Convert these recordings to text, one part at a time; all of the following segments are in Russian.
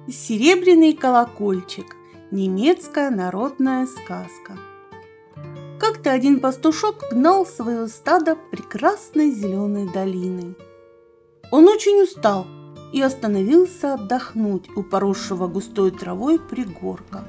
Серебряный колокольчик. Немецкая народная сказка. Как-то один пастушок гнал свое стадо прекрасной зеленой долиной. Он очень устал и остановился отдохнуть у поросшего густой травой пригорка.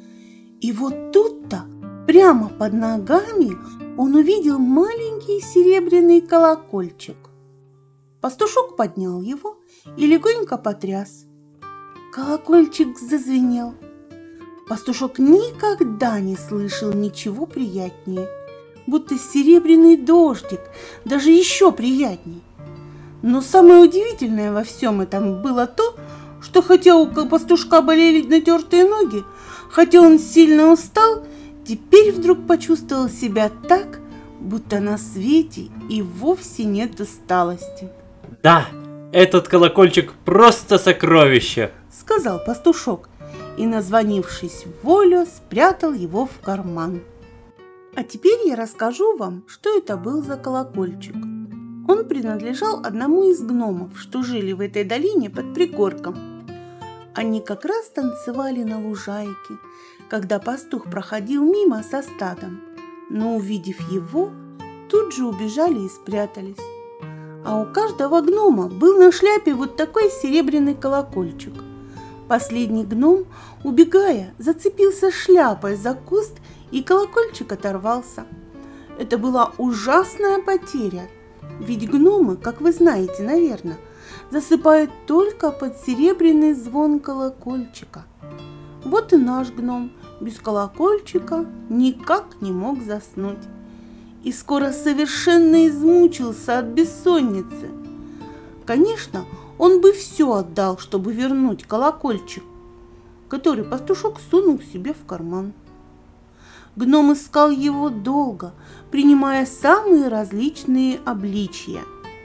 И вот тут-то, прямо под ногами, он увидел маленький серебряный колокольчик. Пастушок поднял его и легонько потряс. Колокольчик зазвенел. Пастушок никогда не слышал ничего приятнее, будто серебряный дождик, даже еще приятней. Но самое удивительное во всем этом было то, что хотя у пастушка болели натертые ноги, хотя он сильно устал, теперь вдруг почувствовал себя так, будто на свете и вовсе нет усталости. «Да, этот колокольчик просто сокровище!» — сказал пастушок и, назвонившись в волю, спрятал его в карман. А теперь я расскажу вам, что это был за колокольчик. Он принадлежал одному из гномов, что жили в этой долине под пригорком. Они как раз танцевали на лужайке, когда пастух проходил мимо со стадом, но, увидев его, тут же убежали и спрятались. А у каждого гнома был на шляпе вот такой серебряный колокольчик. Последний гном, убегая, зацепился шляпой за куст, и колокольчик оторвался. Это была ужасная потеря, ведь гномы, как вы знаете, наверное, засыпают только под серебряный звон колокольчика. Вот и наш гном без колокольчика никак не мог заснуть. И скоро совершенно измучился от бессонницы. Конечно, он бы все отдал, чтобы вернуть колокольчик, который пастушок сунул себе в карман. Гном искал его долго, принимая самые различные обличия.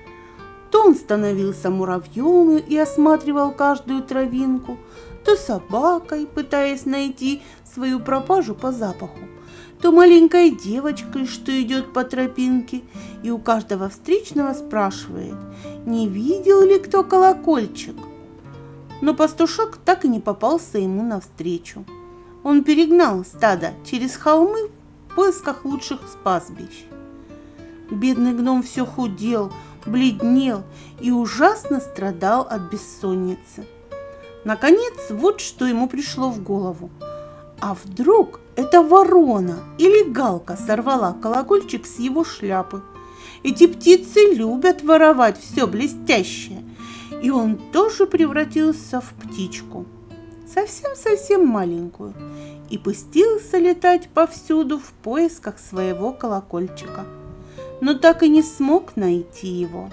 То он становился муравьем и осматривал каждую травинку, то собакой, пытаясь найти свою пропажу по запаху, то маленькой девочкой, что идет по тропинке, и у каждого встречного спрашивает, не видел ли кто колокольчик. Но пастушок так и не попался ему навстречу. Он перегнал стадо через холмы в поисках лучших пастбищ. Бедный гном все худел, бледнел и ужасно страдал от бессонницы. Наконец, вот что ему пришло в голову. А вдруг эта ворона или галка сорвала колокольчик с его шляпы? Эти птицы любят воровать все блестящее. И он тоже превратился в птичку, совсем-совсем маленькую, и пустился летать повсюду в поисках своего колокольчика, но так и не смог найти его.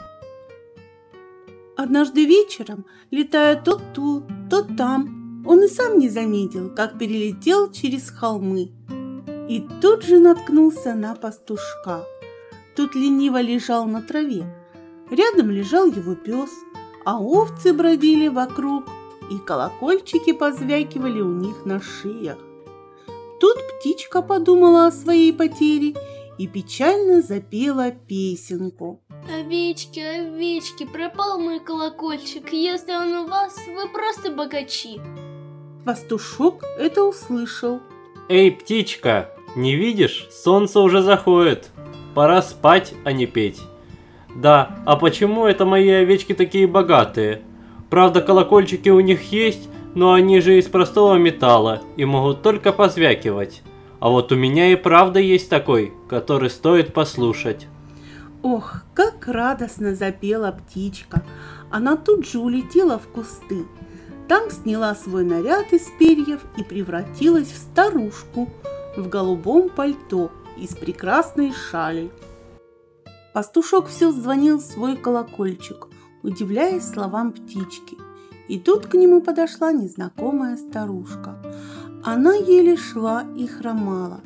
Однажды вечером, летая то тут, то там, он и сам не заметил, как перелетел через холмы, и тут же наткнулся на пастушка. Тот лениво лежал на траве, рядом лежал его пес, а овцы бродили вокруг, и колокольчики позвякивали у них на шеях. Тут птичка подумала о своей потере и печально запела песенку. Овечки, овечки, пропал мой колокольчик. Если он у вас, вы просто богачи. Пастушок это услышал. «Эй, птичка, не видишь? Солнце уже заходит. Пора спать, а не петь. Да, а почему это мои овечки такие богатые? Правда, колокольчики у них есть, но они же из простого металла и могут только позвякивать. А вот у меня и правда есть такой, который стоит послушать». Ох, как радостно запела птичка. Она тут же улетела в кусты. Там сняла свой наряд из перьев и превратилась в старушку в голубом пальто и с прекрасной шалей. Пастушок все звонил в свой колокольчик, удивляясь словам птички. И тут к нему подошла незнакомая старушка. Она еле шла и хромала.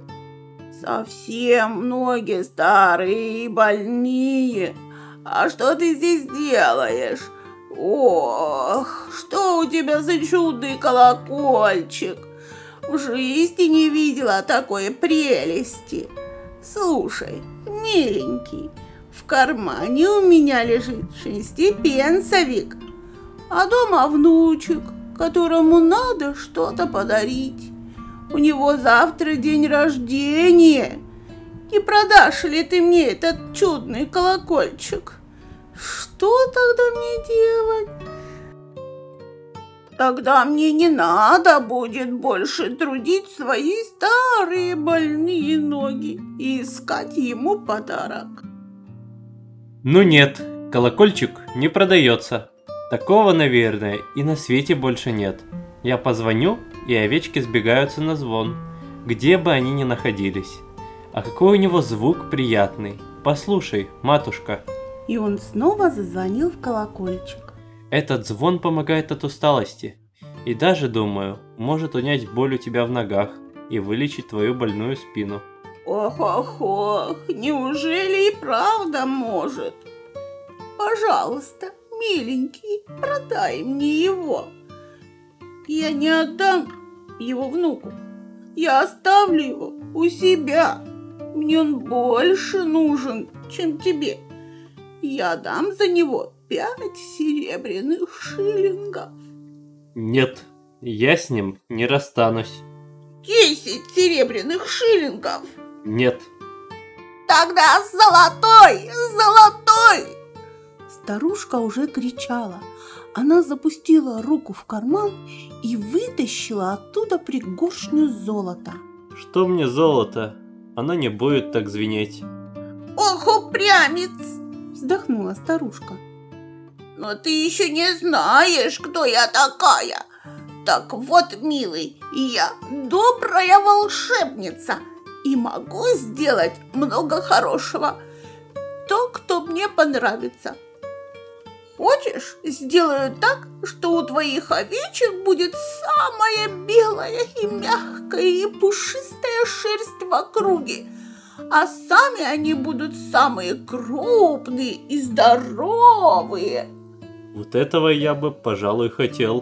«Совсем ноги старые и больные. А что ты здесь делаешь? Ох, что у тебя за чудный колокольчик? В жизни не видела такой прелести. Слушай, миленький, в кармане у меня лежит 6-пенсовик, а дома внучек, которому надо что-то подарить. У него завтра день рождения. Не продашь ли ты мне этот чудный колокольчик? Что тогда мне делать? Тогда мне не надо будет больше трудить свои старые больные ноги и искать ему подарок. Ну нет, колокольчик не продается. Такого, наверное, и на свете больше нет. Я позвоню, и овечки сбегаются на звон, где бы они ни находились. А какой у него звук приятный. Послушай, матушка. И он снова зазвонил в колокольчик. Этот звон помогает от усталости. И даже, думаю, может унять боль у тебя в ногах и вылечить твою больную спину. Ох-ох-ох, неужели и правда может? Пожалуйста, миленький, продай мне его. Я не отдам его внуку. Я оставлю его у себя. Мне он больше нужен, чем тебе. Я дам за него 5 серебряных шиллингов. Нет, я с ним не расстанусь. 10 серебряных шиллингов. Нет. Тогда золотой, золотой! Старушка уже кричала. Она запустила руку в карман и вытащила оттуда пригоршню золота. Что мне золото? Оно не будет так звенеть. Ох, упрямец! Вздохнула старушка. Но ты еще не знаешь, кто я такая. Так вот, милый, я добрая волшебница и могу сделать много хорошего. То, кто мне понравится. Хочешь, сделаю так, что у твоих овечек будет самая белая и мягкая и пушистая шерсть в округе, а сами они будут самые крупные и здоровые. Вот этого я бы, пожалуй, хотел.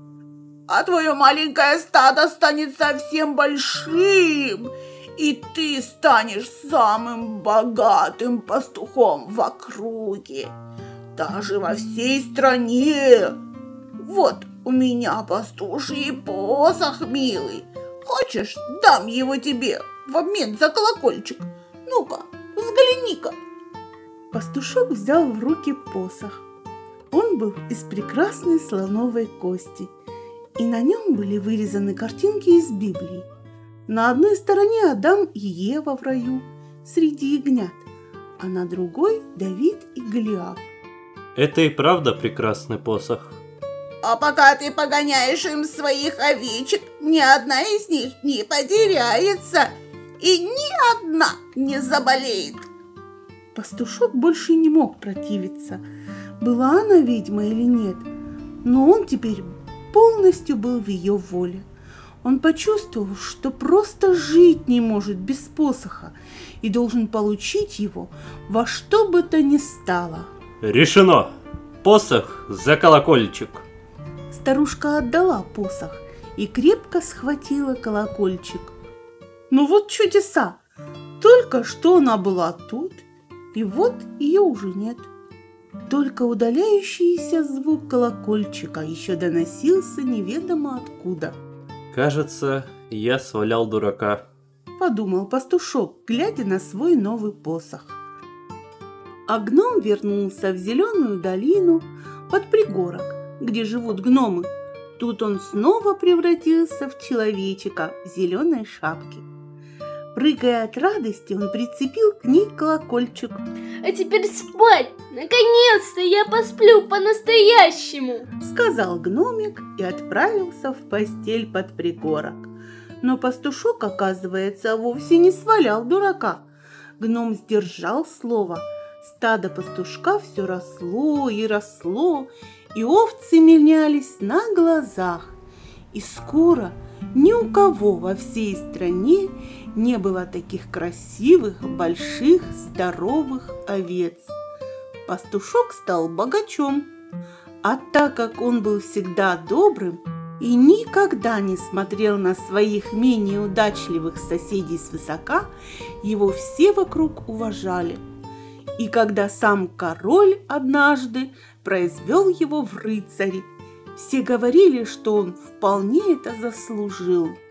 А твое маленькое стадо станет совсем большим, и ты станешь самым богатым пастухом в округе. Даже во всей стране. Вот у меня пастуший посох, милый. Хочешь, дам его тебе в обмен за колокольчик? Ну-ка, взгляни-ка. Пастушок взял в руки посох. Он был из прекрасной слоновой кости, и на нем были вырезаны картинки из Библии. На одной стороне Адам и Ева в раю среди ягнят, а на другой Давид и Голиаф. Это и правда прекрасный посох. А пока ты погоняешь им своих овечек, ни одна из них не потеряется, и ни одна не заболеет. Пастушок больше не мог противиться, была она ведьма или нет, но он теперь полностью был в ее воле. Он почувствовал, что просто жить не может без посоха и должен получить его во что бы то ни стало. Решено! Посох за колокольчик! Старушка отдала посох и крепко схватила колокольчик. Ну вот чудеса! Только что она была тут, и вот ее уже нет. Только удаляющийся звук колокольчика еще доносился неведомо откуда. Кажется, я свалял дурака, подумал пастушок, глядя на свой новый посох. А гном вернулся в зеленую долину под пригорок, где живут гномы. Тут он снова превратился в человечика в зеленой шапке. Прыгая от радости, он прицепил к ней колокольчик. А теперь спать! Наконец-то я посплю по-настоящему! Сказал гномик и отправился в постель под пригорок. Но пастушок, оказывается, вовсе не свалял дурака. Гном сдержал слово. Стадо пастушка все росло и росло, и овцы менялись на глазах. И скоро ни у кого во всей стране не было таких красивых, больших, здоровых овец. Пастушок стал богачом, а так как он был всегда добрым и никогда не смотрел на своих менее удачливых соседей свысока, его все вокруг уважали. И когда сам король однажды произвел его в рыцари, Все говорили, что он вполне это заслужил.